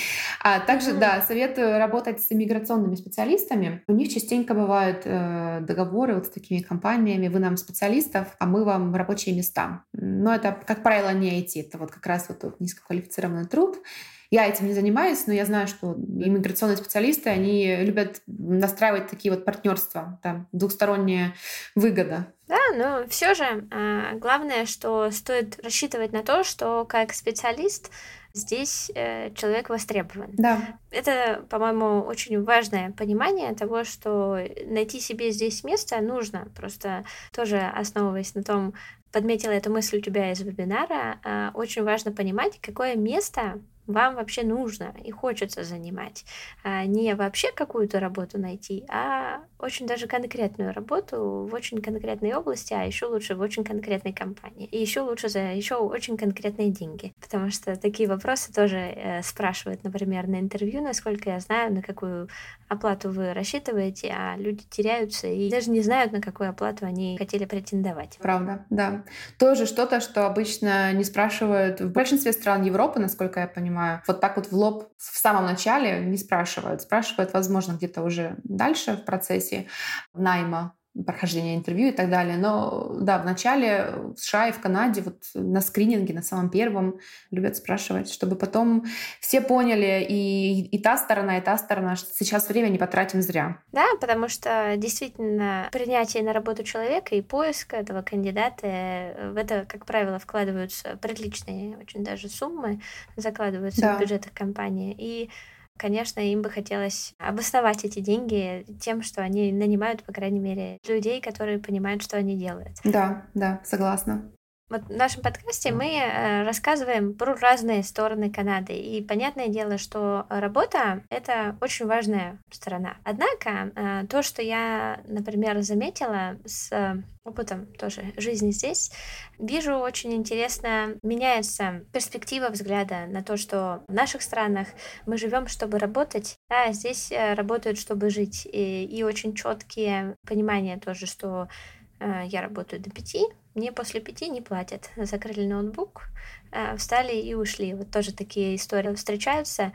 А также, mm-hmm. да, советую работать с иммиграционными специалистами. У них частенько бывают э, договоры вот с такими компаниями. Вы нам специалистов, а мы вам рабочие места. Но это, как правило, не ай ти. Это вот как раз вот тот низкоквалифицированный труд. Я этим не занимаюсь, но я знаю, что иммиграционные специалисты, они любят настраивать такие вот партнерства, там, двухсторонняя выгода. Да, но все же э, главное, что стоит рассчитывать на то, что как специалист здесь э, человек востребован. Да. Это, по-моему, очень важное понимание того, что найти себе здесь место нужно. Просто тоже основываясь на том, подметила эту мысль у тебя из вебинара, э, очень важно понимать, какое место вам вообще нужно и хочется занимать. А не вообще какую-то работу найти, а очень даже конкретную работу в очень конкретной области, а еще лучше в очень конкретной компании. И еще лучше за еще очень конкретные деньги. Потому что такие вопросы тоже э, спрашивают, например, на интервью, насколько я знаю, на какую оплату вы рассчитываете, а люди теряются и даже не знают, на какую оплату они хотели претендовать. Правда, да. Тоже что-то, что обычно не спрашивают в большинстве стран Европы, насколько я понимаю. Вот так вот в лоб в самом начале не спрашивают. Спрашивают, возможно, где-то уже дальше в процессе найма, прохождения интервью и так далее. Но да, в начале в США и в Канаде вот на скрининге, на самом первом любят спрашивать, чтобы потом все поняли, и, и та сторона, и та сторона, что сейчас время не потратим зря. Да, потому что действительно принятие на работу человека и поиск этого кандидата, в это, как правило, вкладываются приличные очень даже суммы, закладываются да. в бюджетах компании. И конечно, им бы хотелось обосновать эти деньги тем, что они нанимают, по крайней мере, людей, которые понимают, что они делают. Да, да, согласна. Вот в нашем подкасте мы э, рассказываем про разные стороны Канады. И понятное дело, что работа — это очень важная сторона. Однако э, то, что я, например, заметила с э, опытом тоже жизни здесь, вижу, очень интересно меняется перспектива взгляда на то, что в наших странах мы живем, чтобы работать, а здесь э, работают, чтобы жить. И, и очень четкие понимания тоже, что э, я работаю до пяти, мне после пяти не платят. Закрыли ноутбук, встали и ушли. Вот тоже такие истории встречаются.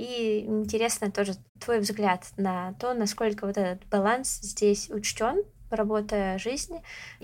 И интересно тоже твой взгляд на то, насколько вот этот баланс здесь учтен, работа, жизнь. И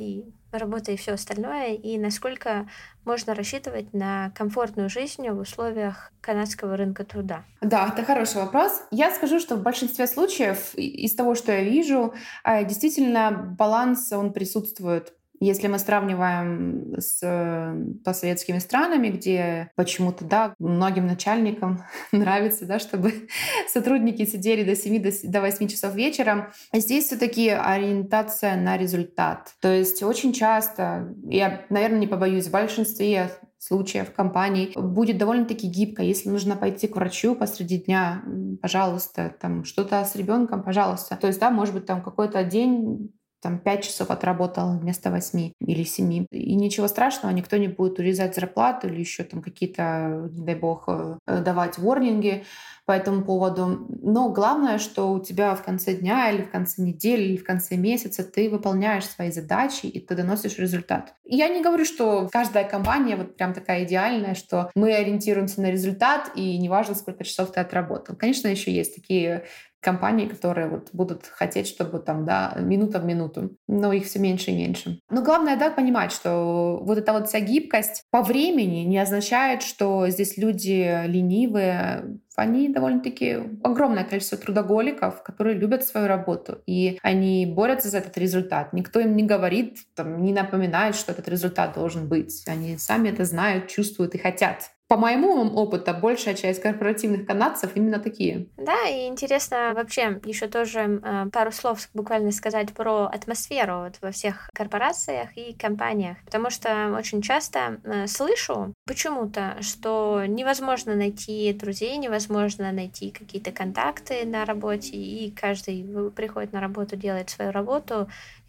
работа и все остальное, и насколько можно рассчитывать на комфортную жизнь в условиях канадского рынка труда? Да, это хороший вопрос. Я скажу, что в большинстве случаев и- из того, что я вижу, э, действительно баланс, он присутствует. Если мы сравниваем с э, постсоветскими странами, где почему-то, да, многим начальникам нравится, да, чтобы сотрудники сидели до семи до восьми часов вечера, здесь все-таки ориентация на результат. То есть очень часто, я, наверное, не побоюсь, в большинстве случаев компаний будет довольно-таки гибко. Если нужно пойти к врачу посреди дня, м, пожалуйста, там что-то с ребенком, пожалуйста. То есть, да, может быть, там какой-то день там пять часов отработал вместо восьми или семи. И ничего страшного, никто не будет урезать зарплату или еще там какие-то, не дай бог, э, давать ворнинги по этому поводу. Но главное, что у тебя в конце дня или в конце недели или в конце месяца ты выполняешь свои задачи и ты доносишь результат. И я не говорю, что каждая компания вот прям такая идеальная, что мы ориентируемся на результат и неважно, сколько часов ты отработал. Конечно, еще есть такие компании, которые вот будут хотеть, чтобы там, да, минута в минуту, но их все меньше и меньше. Но главное, да, понимать, что вот эта вот вся гибкость по времени не означает, что здесь люди ленивые. Они довольно-таки огромное количество трудоголиков, которые любят свою работу, и они борются за этот результат. Никто им не говорит, там, не напоминает, что этот результат должен быть. Они сами это знают, чувствуют и хотят. По моему опыту, большая часть корпоративных канадцев именно такие. Да, и интересно вообще еще тоже э, пару слов буквально сказать про атмосферу вот во всех корпорациях и компаниях, потому что очень часто э, слышу почему-то, что невозможно найти друзей, невозможно найти какие-то контакты на работе, и каждый приходит на работу, делает свою работу,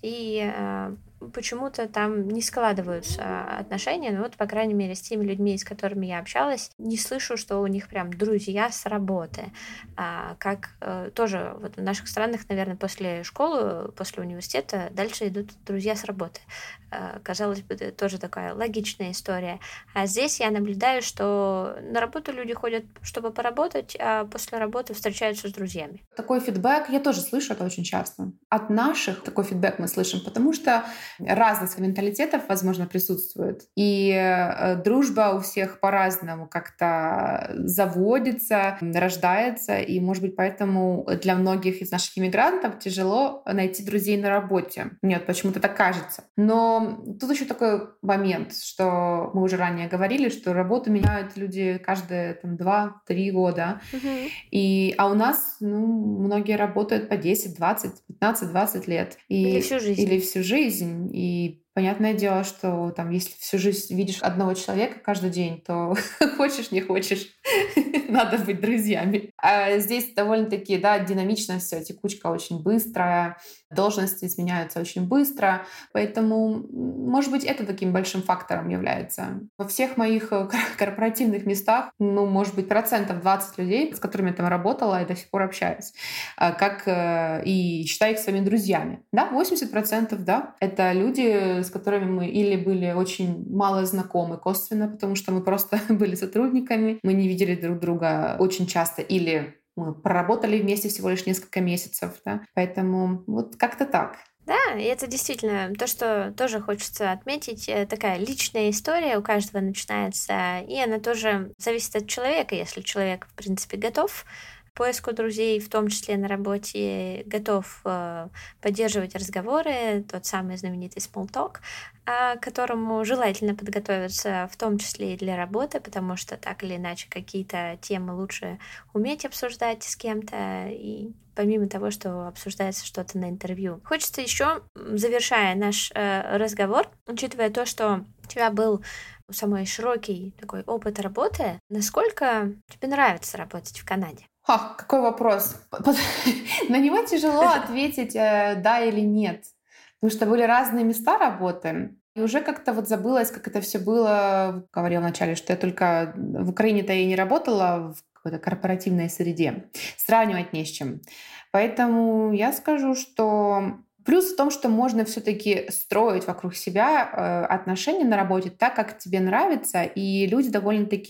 и э, почему-то там не складываются отношения, ну вот, по крайней мере, с теми людьми, с которыми я общалась, не слышу, что у них прям друзья с работы. А, как э, тоже вот в наших странах, наверное, после школы, после университета дальше идут друзья с работы. Э, казалось бы, это тоже такая логичная история. А здесь я наблюдаю, что на работу люди ходят, чтобы поработать, а после работы встречаются с друзьями. Такой фидбэк я тоже слышу это очень часто. От наших такой фидбэк мы слышим, потому что разность менталитетов, возможно, присутствует. И э, дружба у всех по-разному как-то заводится, рождается. И, может быть, поэтому для многих из наших иммигрантов тяжело найти друзей на работе. Мне вот почему-то так кажется. Но тут еще такой момент, что мы уже ранее говорили, что работу меняют люди каждые там, два-три года. Мгм. И, а у нас ну, многие работают по десять, двадцать, пятнадцать, двадцать лет. И, Или всю жизнь. Или всю жизнь. И понятное дело, что там, если всю жизнь видишь одного человека каждый день, то хочешь, не хочешь, надо быть друзьями. А здесь довольно-таки, да, динамично все, текучка очень быстрая, должности изменяются очень быстро, поэтому, может быть, это таким большим фактором является. Во всех моих э, корпоративных местах, ну, может быть, процентов двадцать людей, с которыми я там работала, я до сих пор общаюсь, а, как э, и считаю их своими друзьями. Да, восемьдесят процентов, да, это люди, с которыми мы или были очень мало знакомы косвенно, потому что мы просто были сотрудниками, мы не видели друг друга очень часто, или мы проработали вместе всего лишь несколько месяцев, да, поэтому вот как-то так. Да, и это действительно то, что тоже хочется отметить. э, Такая личная история у каждого начинается, и она тоже зависит от человека. Если человек, в принципе, готов к поиску друзей, в том числе на работе, готов э, поддерживать разговоры, тот самый знаменитый small talk, а, к которому желательно подготовиться, в том числе и для работы, потому что так или иначе какие-то темы лучше уметь обсуждать с кем-то, и помимо того, что обсуждается что-то на интервью. Хочется еще, м, завершая наш э, разговор, учитывая то, что у тебя был самый широкий такой опыт работы, насколько тебе нравится работать в Канаде? Ха, какой вопрос. На него тяжело ответить э, да или нет, потому что были разные места работы. И уже как-то вот забылось, как это все было. Говорила вначале, что я только в Украине-то и не работала в какой-то корпоративной среде. Сравнивать не с чем. Поэтому я скажу, что плюс в том, что можно все-таки строить вокруг себя э, отношения на работе так, как тебе нравится, и люди довольно-таки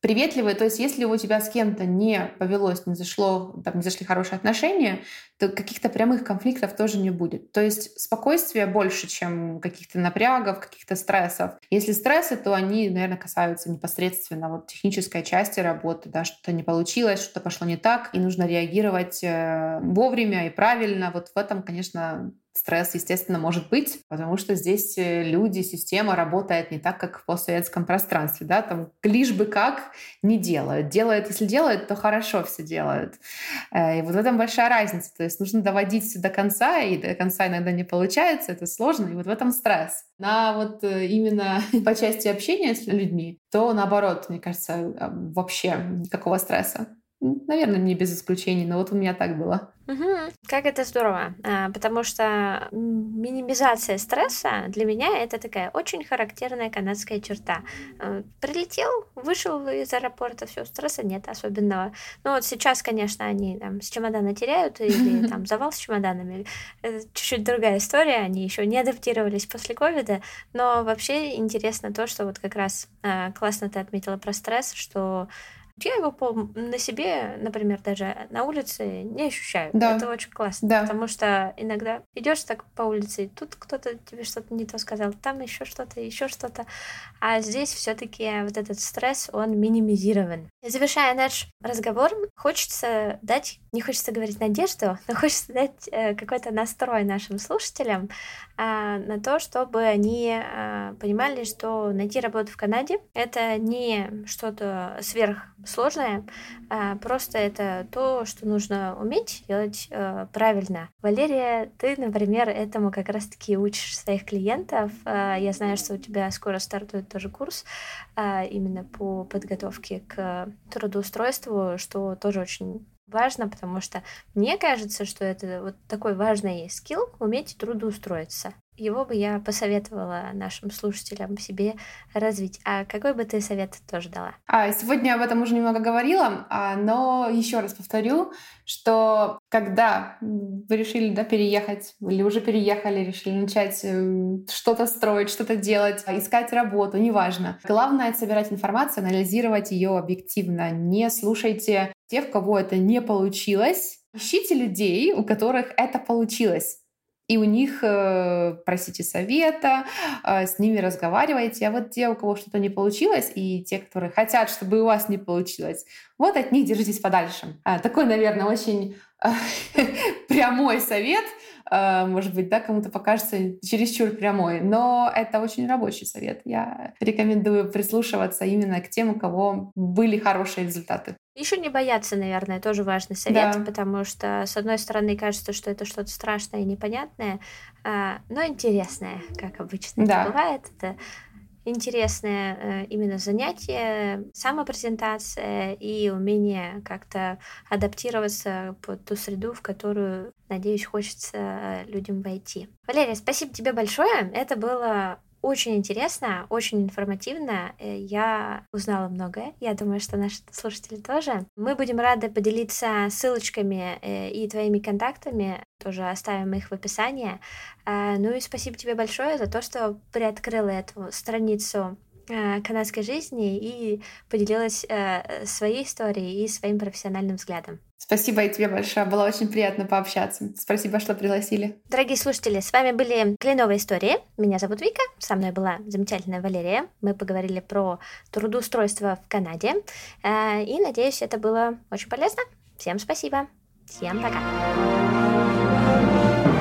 приветливые. То есть если у тебя с кем-то не повелось, не зашло, там, не зашли хорошие отношения, то каких-то прямых конфликтов тоже не будет. То есть спокойствия больше, чем каких-то напрягов, каких-то стрессов. Если стрессы, то они, наверное, касаются непосредственно вот технической части работы, да, что-то не получилось, что-то пошло не так, и нужно реагировать э, вовремя и правильно. Вот в этом, конечно, стресс, естественно, может быть, потому что здесь люди, система работает не так, как в постсоветском пространстве. Да? Там лишь бы как не делают. Делают, если делают, то хорошо все делают. И вот в этом большая разница. То есть нужно доводить все до конца, и до конца иногда не получается, это сложно, и вот в этом стресс. На вот именно по части общения с людьми, то наоборот, мне кажется, вообще никакого стресса. Наверное, не без исключений, но вот у меня так было. Угу. Как это здорово, а, потому что минимизация стресса для меня это такая очень характерная канадская черта. А, прилетел, вышел из аэропорта, все, стресса нет особенного. Ну вот сейчас, конечно, они там с чемодана теряют или там завал с чемоданами. Это чуть-чуть другая история, они еще не адаптировались после ковида, но вообще интересно то, что вот как раз а, классно ты отметила про стресс, что я его по, на себе, например, даже на улице не ощущаю. Да. Это очень классно, Да. потому что иногда идешь так по улице, и тут кто-то тебе что-то не то сказал, там еще что-то, еще что-то. А здесь все-таки вот этот стресс, он минимизирован. Завершая наш разговор, хочется дать, не хочется говорить надежду, но хочется дать э, какой-то настрой нашим слушателям э, на то, чтобы они э, понимали, что найти работу в Канаде — это не что-то сверхсложное, а просто это то, что нужно уметь делать э, правильно. Валерия, ты, например, этому как раз-таки учишь своих клиентов. Э, я знаю, что у тебя скоро стартует тоже курс э, именно по подготовке к трудоустройству, что тоже очень важно, потому что мне кажется, что это вот такой важный скилл — уметь трудоустроиться. Его бы я посоветовала нашим слушателям себе развить. А какой бы ты совет тоже дала? А, сегодня я об этом уже немного говорила, а, но еще раз повторю, что когда вы решили, да, переехать, или уже переехали, решили начать э, что-то строить, что-то делать, искать работу, неважно. Главное — это собирать информацию, анализировать ее объективно. Не слушайте тех, у кого это не получилось. Ищите людей, у которых это получилось. И у них э, просите совета, э, с ними разговаривайте. А вот те, у кого что-то не получилось, и те, которые хотят, чтобы у вас не получилось, вот от них держитесь подальше. А, такой, наверное, очень э, прямой совет. Э, может быть, да, кому-то покажется чересчур прямой, но это очень рабочий совет. Я рекомендую прислушиваться именно к тем, у кого были хорошие результаты. Еще не бояться, наверное, тоже важный совет, Да. потому что, с одной стороны, кажется, что это что-то страшное и непонятное, а, но интересное, как обычно Да. это бывает. Это интересное э, именно занятие, самопрезентация и умение как-то адаптироваться под ту среду, в которую, надеюсь, хочется э, людям войти. Валерия, спасибо тебе большое. Это было очень интересно, очень информативно. Э, Я узнала многое. Я думаю, что наши слушатели тоже. Мы будем рады поделиться ссылочками э, и твоими контактами. Тоже оставим их в описании. Э, Ну и спасибо тебе большое за то, что приоткрыла эту страницу э, канадской жизни и поделилась э, своей историей и своим профессиональным взглядом. Спасибо и тебе большое. Было очень приятно пообщаться. Спасибо, что пригласили. Дорогие слушатели, с вами были Кленовые истории. Меня зовут Вика, со мной была замечательная Валерия. Мы поговорили про трудоустройство в Канаде. Э, И надеюсь, это было очень полезно. Всем спасибо. Всем пока.